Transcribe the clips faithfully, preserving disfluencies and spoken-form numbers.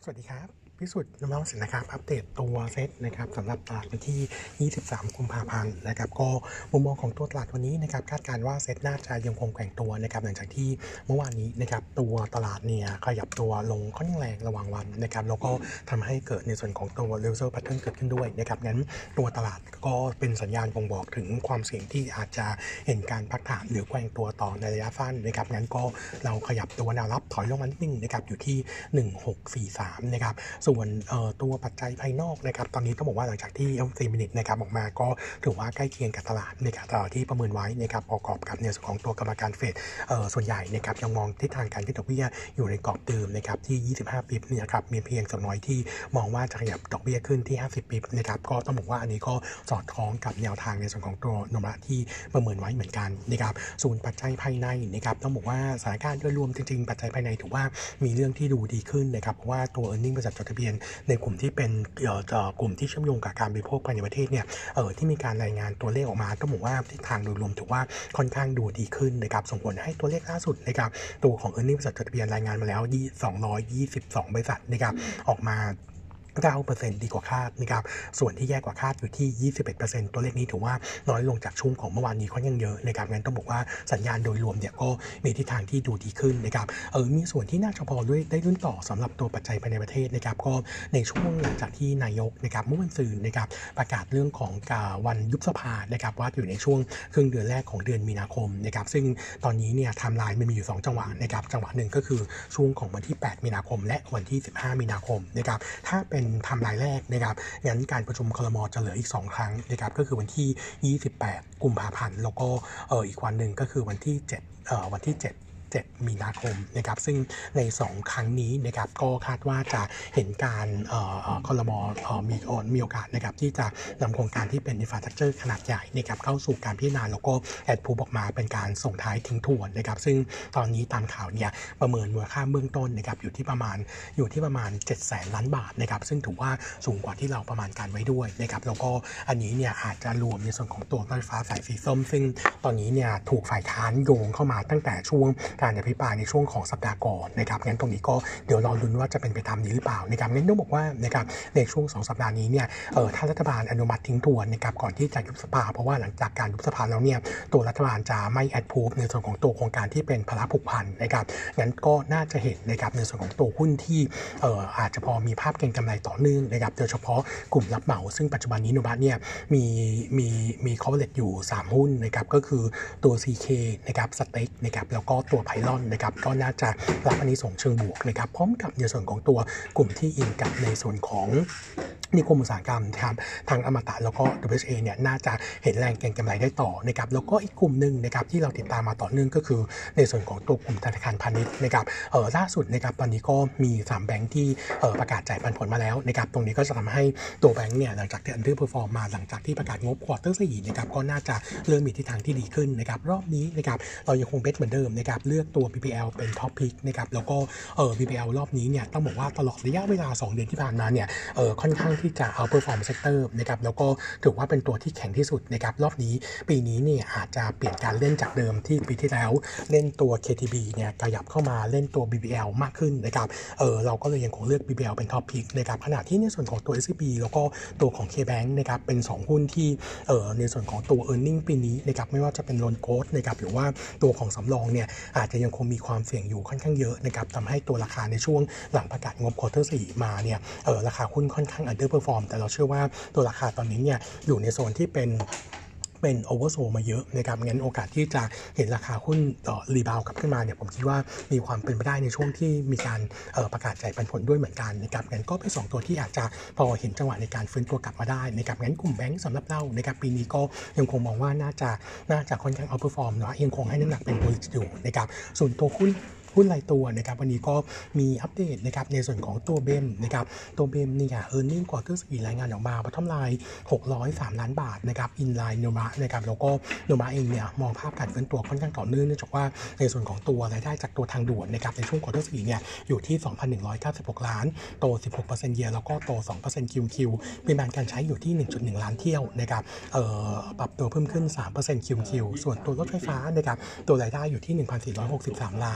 สวัสดีครับพิสุทธิ์น้ำร้อนสินนะครับอัปเดตตัวเซ็ตนะครับสำหรับตลาดวันที่ยี่สิบสามกุมภาพันธ์นะครับก็มุมมองของตัวตลาดวันนี้นะครับคาดการณ์ว่าเซ็ตน่าจะยังคงแกว่งตัวนะครับหลังจากที่เมื่อวานนี้นะครับตัวตลาดเนี่ยขยับตัวลงค่อนข้างแรงระหว่างวันนะครับแล้วก็ทำให้เกิดในส่วนของตัว reversal pattern เกิดขึ้นด้วยนะครับงั้นตัวตลาดก็เป็นสัญญาณบ่งบอกถึงความเสี่ยงที่อาจจะเห็นการพักฐานหรือแกว่งตัวต่อในระยะสั้นนะครับงั้นก็เราขยับตัวแนวรับถอยลงมานิดนึงนะครับอยู่ที่หนึ่งพันหกร้อยสี่สิบสามนะครับส่วนตัวปัจจัยภายนอกนะครับตอนนี้ต้องบอกว่าหลังจากที่ เอฟ ซี Minute นะครับออกมาก็ถือว่าใกล้เคียงกับตลาดนะครับตลาดที่ประเมินไว้นะครับประกอบกับในส่วนของตัวกรรมการเฟดส่วนใหญ่นะครับยังมองทิศทางการขึ้นดอกเบี้ยอยู่ในกรอบเดิมนะครับที่ยี่สิบห้าปิบเนี่ยครับมีเพียงส่วนน้อยที่มองว่าจะขยับดอกเบี้ยขึ้นที่ห้าสิบปิบนะครับก็ต้องบอกว่าอันนี้ก็สอดคล้องกับแนวทางในส่วนของตัวโนมะที่ประเมินไว้เหมือนกันนะครับส่วนปัจจัยภายในนะครับต้องบอกว่าสถานการณ์โดยรวมจริงๆปัจจัยภายในถือว่ามีเรื่องที่ดูดีขึ้นนะครับเพราะว่าตัว earning บริษัทจดทะเบียนในกลุ่มที่เป็นกลุ่มที่เชื่อมโยงกับการบริโภคภายในประเทศเนี่ยเออที่มีการรายงานตัวเลขออกมาต้องบอกว่าทิศทางโดยรวมถือว่าค่อนข้างดูดีขึ้นนะครับส่งผลให้ตัวเลขล่าสุดนะครับตัวของ earning บริษัทจดทะเบียนรายงานมาแล้วสองร้อยยี่สิบสองบริษัทนะครับออกมาเก้าเปอร์เซ็นต์ ดีกว่าคาดนะครับส่วนที่แย่กว่าคาดอยู่ที่ ยี่สิบเอ็ดเปอร์เซ็นต์ ตัวเลขนี้ถือว่าน้อยลงจากช่วงของเมื่อวานนี้ค่อนข้างเยอะนะครับงั้นต้องบอกว่าสัญญาณโดยรวมเนี่ยก็มีทิศทางที่ดูดีขึ้นนะครับเออมีส่วนที่น่าจะพอด้วยได้รุ่นต่อสำหรับตัวปัจจัยภายในประเทศนะครับก็ในช่วงหลังจากที่นายกนะครับเมื่อวันศุกร์นะครับประกาศเรื่องของวันยุบสภานะครับว่าอยู่ในช่วงครึ่งเดือนแรกของเดือนมีนาคมนะครับซึ่งตอนนี้เนี่ยไทม์ไลน์มันมีอยู่สองจังหวะนะครับจังหวะหนึ่งก็คือช่วงของวันที่แปดมีนาคมและวันที่สิบห้ามีนาคมนะครับถ้าเป็นไทม์ไลน์แรกนะครับงั้นการประชุมครม.จะเหลืออีกสองครั้งนะครับก็คือวันที่ยี่สิบแปดกุมภาพันธ์แล้วก็เอ่ออีกวันหนึ่งก็คือวันที่เจ็ดเอ่อวันที่เจ็ดมีนาคมนะครับซึ่งในสองครั้งนี้นะครับก็คาดว่าจะเห็นการครม.มีมีโอกาสนะครับที่จะนำโครงการที่เป็น infrastructure ขนาดใหญ่นะครับเข้าสู่การพิจารณาแล้วก็แอดพูบออกมาเป็นการส่งท้ายทิ้งทวนนะครับซึ่งตอนนี้ตามข่าวเนี่ยประเมินมูลค่าเบื้องต้นนะครับอยู่ที่ประมาณอยู่ที่ประมาณเจ็ดแสนล้านบาทนะครับซึ่งถือว่าสูงกว่าที่เราประมาณการไว้ด้วยนะครับแล้วก็อันนี้เนี่ยอาจจะรวมในส่วนของตัวรถไฟฟ้าสายสีส้มซึ่งตอนนี้เนี่ยถูกฝ่ายค้านโยงเข้ามาตั้งแต่ช่วงการอภิปรายในช่วงของสัปดาห์ก่อนนะครับงั้นตรงนี้ก็เดี๋ยวรอลุ้นว่าจะเป็นไปตามนี้หรือเปล่านะครับงั้นต้องบอกว่านะครับในช่วงสองสัปดาห์นี้เนี่ยเออถ้ารัฐบาลอนุมัติทิ้งทวนนะครับก่อนที่จะยุบสภาเพราะว่าหลังจากการยุบสภาแล้วเนี่ยตัวรัฐบาลจะไม่แอดพูฟในส่วนของตัวโครงการที่เป็นภาระผูกพันนะครับงั้นก็น่าจะเห็นนะครับในส่วนของตัวหุ้นที่เอออาจจะพอมีภาพเก็งกำไรต่อเนื่องนะครับโดยเฉพาะกลุ่มรับเหมาซึ่งปัจจุบันนี้โนบะเนี่ยมีมีมี coverage อยู่สามหุ้นนะครับก็คือตัว ซี เค นะครับสเต็กนะครับแล้วก็ตัวไพลอนนะครับก็น่าจะรับอันนี้ส่งเชิงบวกนะครับพร้อมกับในส่วนของตัวกลุ่มที่อินกับในส่วนของนิคมอุตสาหกรรมนะครับทางอมตะแล้วก็ ดับเบิลยู เอช เอ เนี่ยน่าจะเห็นแรงเก็งกำไรได้ต่อนะครับแล้วก็อีกกลุ่มหนึ่งนะครับที่เราติดตามมาต่อเนื่องก็คือในส่วนของตัวกลุ่มธนาคารพาณิชย์นะครับเออล่าสุดนะครับตอนนี้ก็มีสามแบงค์ที่เออประกาศจ่ายปันผลมาแล้วนะครับตรงนี้ก็จะทำให้ตัวแบงค์เนี่ยหลังจากที่อันเดอร์เพอร์ฟอร์มมาหลังจากที่ประกาศงบควอเตอร์สี่นะครับก็น่าจะเริ่มมีทิศทางที่ดีขึ้นนะครับรอบนี้นะครับเรายังคงเบสเหมือนเดิมนะครับเลือกตัว บี พี แอล เป็นท็อปพิกนะครับแล้วก็เออ บี พี แอล รอบนี้เนี่ยต้องบอกว่าตลอดระยะเวลาสองเดือนที่ผ่านมาเนี่ยเออค่อนข้างที่จะเอาเปอร์ฟอร์มเซกเตอร์นะครับแล้วก็ถือว่าเป็นตัวที่แข็งที่สุดนะครับรอบนี้ปีนี้เนี่ยอาจจะเปลี่ยนการเล่นจากเดิมที่ปีที่แล้วเล่นตัว เค ที บี เนี่ยขยับเข้ามาเล่นตัว บี พี แอล มากขึ้นนะครับเออเราก็เลยยังคงเลือก บี พี แอล เป็นท็อปพิกนะครับขณะที่ในส่วนของตัว เอส ซี บี แล้วก็ตัวของ K-Bank นะครับเป็นสองหุ้นที่เออในส่วนของตัว earning ปีนี้นะครับไม่ว่าจะเป็นโลนโค้ดนะครับหรือว่าตัวของสำรองเนี่ยอาจจะยังคงมีความเสี่ยงอยู่ค่อนข้างเยอะนะครับทำให้ตัวราคาในช่วงหลังประกาศงบควอเตอร์สี่มาเนี่ยเออราคาหุ้นค่อนข้าง underperform แต่เราเชื่อว่าตัวราคาตอนนี้เนี่ยอยู่ในโซนที่เป็นเป็นโอเวอร์โซมาเยอะนะครับงั้นโอกาสที่จะเห็นราคาหุ้นต่อรีบาวกลับขึ้นมาเนี่ยผมคิดว่ามีความเป็นไปได้ในช่วงที่มีการประกาศจ่ายปันผลด้วยเหมือนกันนะครับงั้นก็เป็นสองตัวที่อาจจะพอเห็นจังหวะในการฟื้นตัวกลับมาได้นะครับงั้นกลุ่มแบงก์สำหรับเรานะครับปีนี้ก็ยังคงมองว่าน่าจะน่าจะค่อนข้างเอาเพอร์ฟอร์มเนาะยังคงให้น้ำหนักเป็น bullish อยู่นะครับส่วนตัวหุ้นหุ้นรายตัวนะครับวันนี้ก็มีอัปเดตนะครับในส่วนของตัวเบมนะครับตัวเบมเนี่ยเออร์เน็งควอเตอร์สี่รายงานออกมาบอททอมไลน์หกร้อยสามล้านบาทนะครับอินไลน์โนมะนะครับแล้วก็โนมะเองเนี่ยมองภาพการฟื้นตัวค่อนข้างต่อเนื่องเนื่องจากว่าในส่วนของตัวรายได้จากตัวทางด่วนนะครับในช่วงควอเตอร์สี่เนี่ยอยู่ที่ สองพันหนึ่งร้อยเก้าสิบหก ล้านโต สิบหกเปอร์เซ็นต์ เยียร์แล้วก็โต สองเปอร์เซ็นต์ คิว คิว ปริมาณการใช้อยู่ที่ หนึ่งจุดหนึ่ง ล้านเที่ยวนะครับเอ่อปรับตัวเพิ่มขึ้น สามเปอร์เซ็นต์ คิว คิว ส่วนตัวรถไฟฟ้านะครับตัวรายได้อยู่ที่ หนึ่งพันสี่ร้อยหกสิบสาม ล้านโต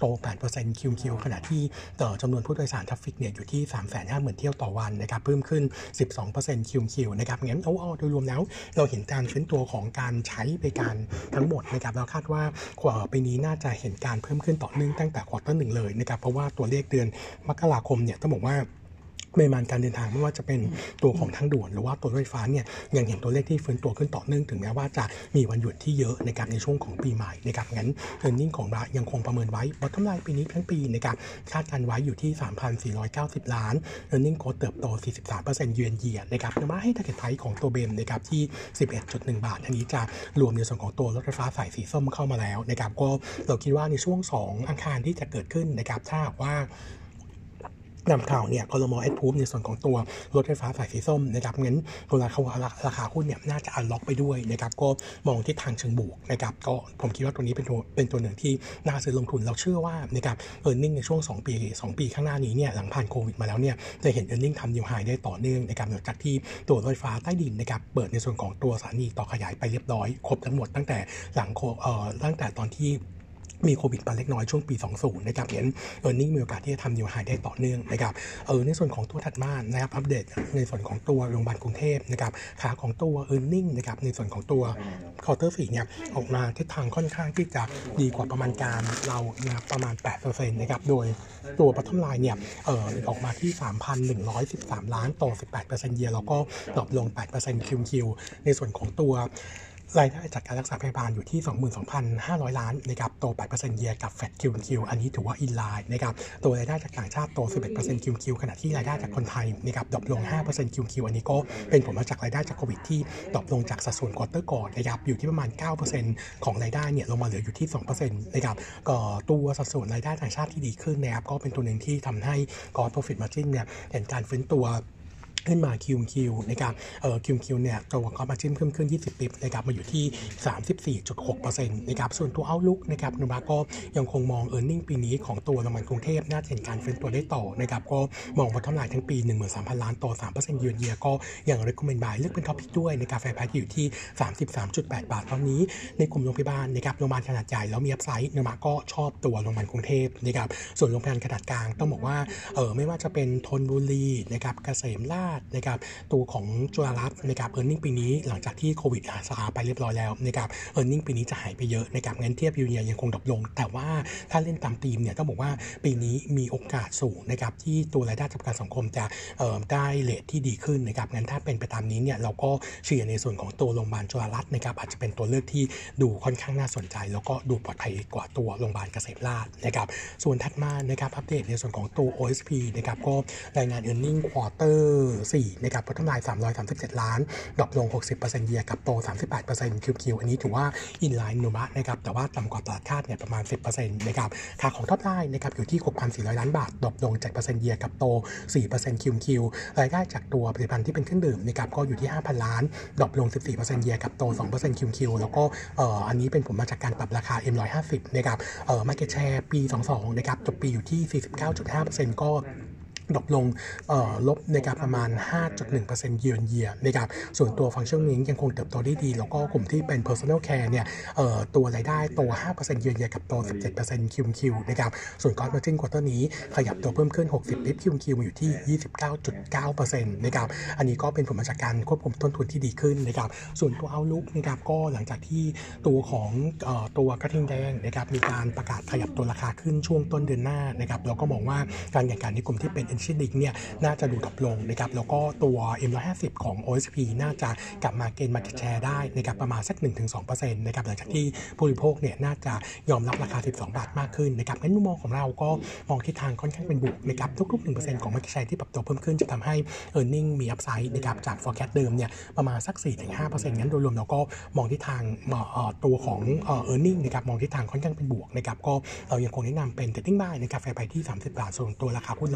โต แปดเปอร์เซ็นต์ คิว คิว ขณะที่จำนวนผู้โดยสารทราฟฟิกเนี่ยอยู่ที่ สามแสนห้าหมื่น เที่ยวต่อวันนะครับเพิ่มขึ้น สิบสองเปอร์เซ็นต์ คิว คิว นะครับงั้นโอ้โดยรวมแล้วเราเห็นการฟื้นตัวของการใช้บริการทั้งหมดนะครับเราคาดว่าปีนี้น่าจะเห็นการเพิ่มขึ้นต่อเนื่องตั้งแต่ควอเตอร์หนึ่งเลยนะครับเพราะว่าตัวเลขเดือนมกราคมเนี่ยต้องบอกว่าปริมาณการเดินทางไม่ว่าจะเป็นตัวของทางด่วนหรือว่าตัวรถไฟฟ้าเนี่ยยังเห็นตัวเลขที่ฟื้นตัวขึ้นต่อเนื่องถึงแม้ว่าจะมีวันหยุดที่เยอะนะครับในช่วงของปีใหม่นะครับงั้น earning ของเรายังคงประเมินไว้ bottom line ปีนี้ทั้งปีนะครับคาดการไว้อยู่ที่ สามพันสี่ร้อยเก้าสิบ ล้าน earning growth เติบโต สี่สิบสามเปอร์เซ็นต์ year on year นะครับจะมาให้ target price ของตัวเบมนะครับที่ สิบเอ็ดจุดหนึ่ง บาทอันนี้จะรวมในส่วนของตัวรถไฟฟ้าสายสีส้มเข้ามาแล้วนะครับก็เราคิดว่าในช่วงสองอังคารที่จะเกิดขึ้นนะครับถ้าว่านำข่าวเนี่ยคลม.แอดพูฟในส่วนของตัวรถไฟฟ้าสายสีส้มนะครับงั้นตัวราคาราคาหุ้นเนี่ยน่าจะอันล็อกไปด้วยนะครับก็มองที่ทางเชิงบวกนะครับก็ผมคิดว่าตัวนี้เป็นตัวเป็นตัวหนึ่งที่น่าซื้อลงทุนเราเชื่อว่านะครับ earning ในช่วงสองปีสองปีข้างหน้านี้เนี่ยหลังผ่านโควิดมาแล้วเนี่ยจะเห็น earning ทำนิวไฮได้ต่อเนื่องนะครับหลังจากที่ตัวรถไฟฟ้าใต้ดินนะครับเปิดในส่วนของตัวสถานีต่อขยายไปเรียบร้อยครบทั้งหมดตั้งแต่หลังเอ่อตั้งแต่ตอนที่มีโควิดมาเล็กน้อยช่วงปีสองสิบนะครับเห็น earning มีโอกาสที่จะทำนิวไฮได้ต่อเนื่องนะครับเออในส่วนของตัวถัดมานะครับอัปเดตในส่วนของตัวโรงพยาบาลกรุงเทพนะครับขาของตัว earning นะครับในส่วนของตัวควอเตอร์สี่เนี่ยออกมาทิศทางค่อนข้างที่จะดีกว่าประมาณการเรานะประมาณ แปดเปอร์เซ็นต์ นะครับโดยตัว bottom line เนี่ยเออออกมาที่ สามพันหนึ่งร้อยสิบสาม ล้านโต สิบแปดเปอร์เซ็นต์ year แล้วก็ดรอปลง แปดเปอร์เซ็นต์ คิว คิว ในส่วนของตัวรายได้จากการรักษาพยาบาลอยู่ที่ สองหมื่นสองพันห้าร้อย ล้านนะครับโต แปดเปอร์เซ็นต์ year กับ แฟลต คิว คิว อันนี้ถือว่าอินไลน์นะครับตัวรายได้จากต่างชาติโต สิบเอ็ดเปอร์เซ็นต์ คิว คิว ขณะที่รายได้จากคนไทยนะครับดรอปลง ห้าเปอร์เซ็นต์ คิว คิว อันนี้ก็เป็นผลมาจากรายได้จากโควิดที่ดรอปลงจากสัดส่วนควอเตอร์ก่อนนะครับอยู่ที่ประมาณ เก้าเปอร์เซ็นต์ ของรายได้เนี่ยลงมาเหลืออยู่ที่ สองเปอร์เซ็นต์ นะครับก็ตัวสัดส่วนรายได้ต่างชาติที่ดีขึ้นนะครับก็เป็นตัวหนึ่งที่ทำให้ gross profit margin เนี่ยเห็นการฟื้นตัวขึ้นมา คิว คิว นะครับเอ่อ คิว คิว เนี่ยตัวก็มาจิ้มเพิ่มขึ้นยี่สิบปิ๊บนะครับมาอยู่ที่ สามสิบสี่จุดหกเปอร์เซ็นต์ นะครับส่วนตัว Outlook นะครับนุบาก็ยังคงมอง earning ปีนี้ของตัวโรงพยาบาลกรุงเทพน่าจะเห็นการฟื้นตัวได้ต่อนะครับก็มอง bottom line ทั้งปี หนึ่งหมื่นสามพัน ล้านโต สามเปอร์เซ็นต์ year on year ก็ยัง recommend buy เลือกเป็น topic ด้วยในกาแฟ price อยู่ที่ สามสิบสามจุดแปด บาทตอนนี้ในกลุ่มโรงพยาบาลนะครับโรงพยาบาลขนาดใหญ่แล้วมี upside นุบาก็ชอบตัวโรงพยาบาลกรุงเทพนะครับส่วนโรงพยาบาลขนาดกลางต้องบอกว่าเออไม่ว่าจะเป็นธนบุรีนะครับเกษมราษฎร์นะครับตัวของจุฬารัตน์นะครับ earning ปีนี้หลังจากที่โควิดซาไปเรียบร้อยแล้วนะครับ earning ปีนี้จะหายไปเยอะนะครับงั้นเทียบยูเนียยังคงดรอปลงแต่ว่าถ้าเล่นตามธีมเนี่ยต้องบอกว่าปีนี้มีโอกาสสูงนะครับที่ตัวรายได้จากประกันสังคมจะเอ่อได้เรทที่ดีขึ้นนะครับงั้นถ้าเป็นไปตามนี้เนี่ยเราก็เชียร์ในส่วนของตัวโรงพยาบาลจุฬารัตน์นะครับอาจจะเป็นตัวเลือกที่ดูค่อนข้างน่าสนใจแล้วก็ดูปลอดภัยกว่าตัวโรงพยาบาลเกษมราษฎร์นะครับส่วนถัดมานะครับอัปเดตในส่วนของตัว โอ เอส พี นะครับก็รายงาน earning quarter สี่นะครับbottom line สามร้อยสามสิบเจ็ด ล้านดรอปลง หกสิบเปอร์เซ็นต์ year กับโต สามสิบแปดเปอร์เซ็นต์ คิว คิว อันนี้ถือว่าอินไลน์นุบะนะครับแต่ว่าต่ำกว่าตลาดคาดเนี่ยประมาณ สิบเปอร์เซ็นต์ นะครับค่าของท็อปไลน์นะครับอยู่ที่ หกพันสี่ร้อย ล้านบาทดรอปลง เจ็ดเปอร์เซ็นต์ year กับโต สี่เปอร์เซ็นต์ คิว คิว รายได้จากตัวผลิตภัณฑ์ที่เป็นเครื่องดื่มนะครับก็อยู่ที่ ห้าพัน ล้านดรอปลง สิบสี่เปอร์เซ็นต์ year กับโต สองเปอร์เซ็นต์ คิว คิว แล้วก็เอ่ออันนี้เป็นผลมาจากการปรับราคา เอ็ม หนึ่งร้อยห้าสิบ นะครับเอ่อ market share ปียี่สิบสองนะครับจบปีอยู่ที่ สี่สิบเก้าจุดห้าเปอร์เซ็นต์ ก็ดรอปลงลบในการประมาณ ห้าจุดหนึ่งเปอร์เซ็นต์ year on year นะครับส่วนตัวฟังก์ชันนี้ยังคงเติบโตได้ดีแล้วก็กลุ่มที่เป็น personal care เนี่ยตัวรายได้โต ห้าเปอร์เซ็นต์ year on year กับโต สิบเจ็ดเปอร์เซ็นต์ คิว คิว นะครับส่วน gross margin quarter นี้ขยับตัวเพิ่มขึ้นหกสิบปิ๊บ คิว คิว อยู่ที่ ยี่สิบเก้าจุดเก้าเปอร์เซ็นต์ นะครับอันนี้ก็เป็นผลมาจากการควบคุมต้นทุนที่ดีขึ้นนะครับส่วนตัว outlook นะครับก็หลังจากที่ตัวของตัวกระทิงแดงนะครับมีการประกาศขยับตัวราคาขึ้นช่วงต้นเดือนหน้านะครับเราก็มองว่าการแข่งขันในกลุ่มที่เป็น energy drink เนี่ยน่าจะดูดรอปลงนะครับแล้วก็ตัว เอ็ม หนึ่งร้อยห้าสิบ ของ โอ เอส พี น่าจะกลับมาเกณฑ์ market share ได้นะครับประมาณสัก หนึ่งถึงสองเปอร์เซ็นต์ นะครับหลังจากที่ผู้บริโภคเนี่ยน่าจะยอมรับราคาสิบสองบาทมากขึ้นนะครับในมุมมองของเราก็มองทิศทางค่อนข้างเป็นบวกนะครับทุกๆ หนึ่งเปอร์เซ็นต์ ของ market share ที่ปรับตัวเพิ่มขึ้นจะทำให้ earning มี upside นะครับจาก forecast เดิมเนี่ยประมาณสัก สี่ถึงห้าเปอร์เซ็นต์ งั้นโดยรวมเราก็มองทิศทางตัวของ earning นะครับมองทิศทางค่อนข้างเป็นบวกนะครับก็เรายังคงแนะนำเป็น trading buy ในกาแฟไปที่สามสิบบาทส่วนตัวราคาหุ้นเราคิดว่า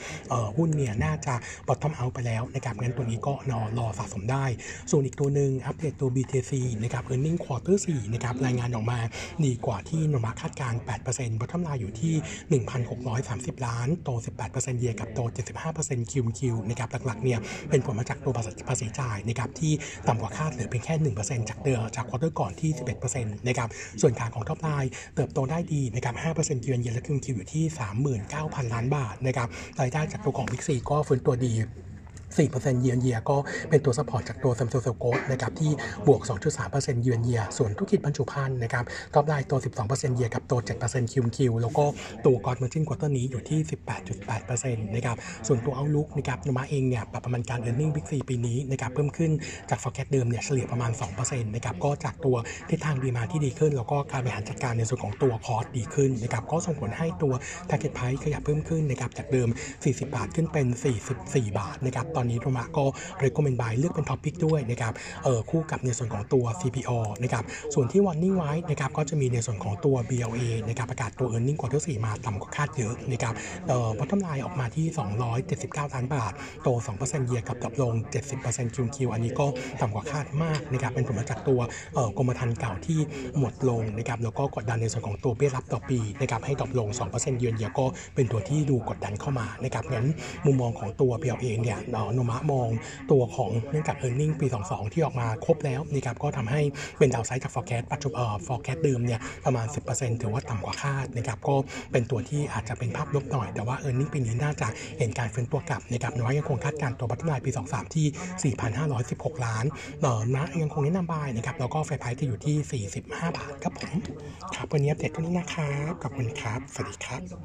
เอ่อหุ้นเนี่ยน่าจะ bottom out ไปแล้วนะครับงั้นตัวนี้ก็รอรอสะสมได้ส่วนอีกตัวหนึ่งอัปเดตตัว บี ที ซี นะครับ earning quarter สี่นะครับรายงานออกมาดีกว่าที่โนมาคาดการณ์ แปดเปอร์เซ็นต์ bottom line อยู่ที่ หนึ่งพันหกร้อยสามสิบ ล้านโต สิบแปดเปอร์เซ็นต์ year กับโต เจ็ดสิบห้าเปอร์เซ็นต์ Q on Q นะครับหลักๆเนี่ยเป็นผลมาจากตัวภาษีจ่ายนะครับที่ต่ำกว่าคาดเหลือเพียงแค่ หนึ่งเปอร์เซ็นต์ จากเดิมจาก quarter ก่อนที่ สิบเอ็ดเปอร์เซ็นต์ นะครับส่วนขาของ top line เติบโตได้ดีนะครับ ห้าเปอร์เซ็นต์ year on year และ Q on Q อยู่ที่ สามหมื่นเก้าพัน ล้านบาทนะครับรายได้จากตัวของ Big ซี ก็ฟื้นตัวดีสี่เปอร์เซ็นต์ year on year ก็เป็นตัวซัพพอร์ตจากตัว Samsung Cell Growth นะครับที่บวก สองจุดสามเปอร์เซ็นต์ year on year ส่วนธุรกิจบรรจุภัณฑ์นะครับท็อปไลน์ตัว สิบสองเปอร์เซ็นต์ year กับตัว เจ็ดเปอร์เซ็นต์ Q on Q แล้วก็ตัว Gross Margin Quarter นี้อยู่ที่ สิบแปดจุดแปดเปอร์เซ็นต์ นะครับส่วนตัว Outlook นะครับโนมาเองเนี่ยปรับประมาณการ earning Big ซี ปีนี้นะครับเพิ่มขึ้นจาก forecast เดิมเนี่ยเฉลี่ยประมาณ สองเปอร์เซ็นต์ นะครับก็จากตัวทิศทางดีมาที่ดีขึ้นแล้วก็การบริหารจัดการในส่วนของตัวคอสดีขึ้นนะครับก็ส่งผลให้ตัว target price ขยับเพิ่มขึ้นนะครับจากเดิมสี่สิบบาทขึ้นเป็นสี่สิบสี่บาทนะครับตอนนี้โนมาก็recommend buy เลือกเป็น topic ด้วยนะครับเอ่อคู่กับในส่วนของตัว ซี พี โอ นะครับส่วนที่ warning ไว้นะครับก็จะมีในส่วนของตัว บี แอล เอ นะครับประกาศตัว earning quarter สี่มาต่ำกว่าคาดเยอะนะครับเอ่อ bottom line ออกมาที่สองร้อยเจ็ดสิบเก้าล้านบาทโต สองเปอร์เซ็นต์ year กับดรอปลง เจ็ดสิบเปอร์เซ็นต์ Q on Q อันนี้ก็ต่ำกว่าคาดมากนะครับเป็นผลมาจากตัวเอ่อกรมธรรม์เก่าที่หมดลงนะครับแล้วก็กดดันในส่วนของตัวเบี้ยรับต่อปีนะครับให้ดรอปลง สองเปอร์เซ็นต์ year on year ก็เป็นตัวที่ดูกดดันเข้ามานะครับงั้นมุมมองของตัว บี แอล เอ เนี่ยโนมะมองตัวของเนื่องจาก earning ปีสองสิบสองที่ออกมาครบแล้วนะครับก็ทำให้เป็นดาวไซด์จาก forecast ปัจจุบันเอ่อ forecast เดิมเนี่ยประมาณ สิบเปอร์เซ็นต์ ถือว่าต่ำกว่าคาดนะครับก็เป็นตัวที่อาจจะเป็นภาพลบหน่อยแต่ว่า earning ปีนี้น่าจะเห็นการฟื้นตัวกลับนะครับน้อยยังคงคาดการณ์ตัว bottom line ปีสองพันยี่สิบสามที่ สี่พันห้าร้อยสิบหก ล้านเอ่อนะยังคงแนะนำ buy นะครับแล้วก็ fair price จะอยู่ที่สี่สิบห้าบาทครับผมครับวันนี้อัปเดตเท่านี้นะครับขอบคุณครับสวัสดีครับ